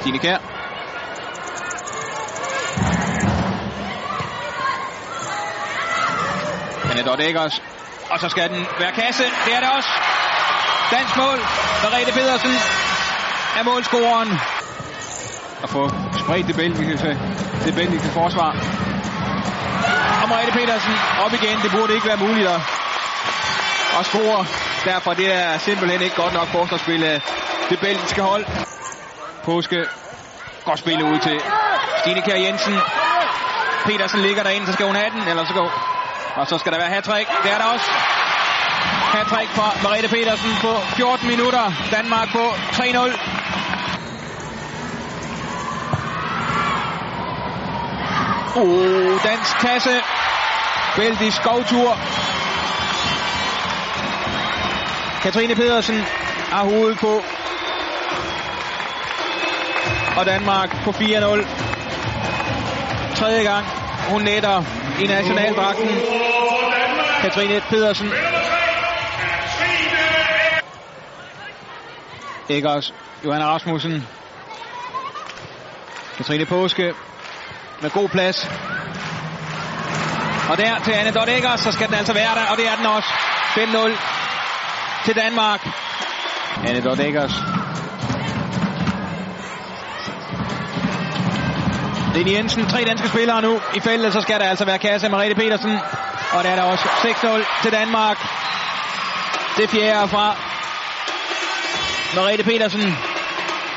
Stine Kjær. Anne Eggers. Og så skal den være kasse. Det er det også. Dansk mål. Merete Pedersen er målscoreren. At få spredt det belgiske forsvar. Og Merete Pedersen op igen. Det burde ikke være muligt at score. Derfor det er simpelthen ikke godt nok forsvarsspil af det belgiske hold. Påske går spillet ud til Stine Kjær Jensen. Pedersen ligger derinde, så skal hun have den. Eller så går. Og så skal der være hattrick. Det er der også. Hattrick fra Merete Pedersen på 14 minutter. Danmark på 3-0. Dansk kasse. Belgisk skovtur. Katrine Pedersen har hovedet på. Og Danmark på 4-0. Tredje gang hun netter i nationaldragten. Katrine Pedersen. Eggers, Johanna Rasmussen. Katrine Påske med god plads. Og der til Anne Eggers, så skal den altså være der, og det er den også. 5-0 til Danmark. Anne Eggers. Lene Jensen, 3 danske spillere nu i feltet, så skal der altså være kasse. Merete Pedersen, og der er der også 6-0 til Danmark. Det fjerde fra Merete Pedersen.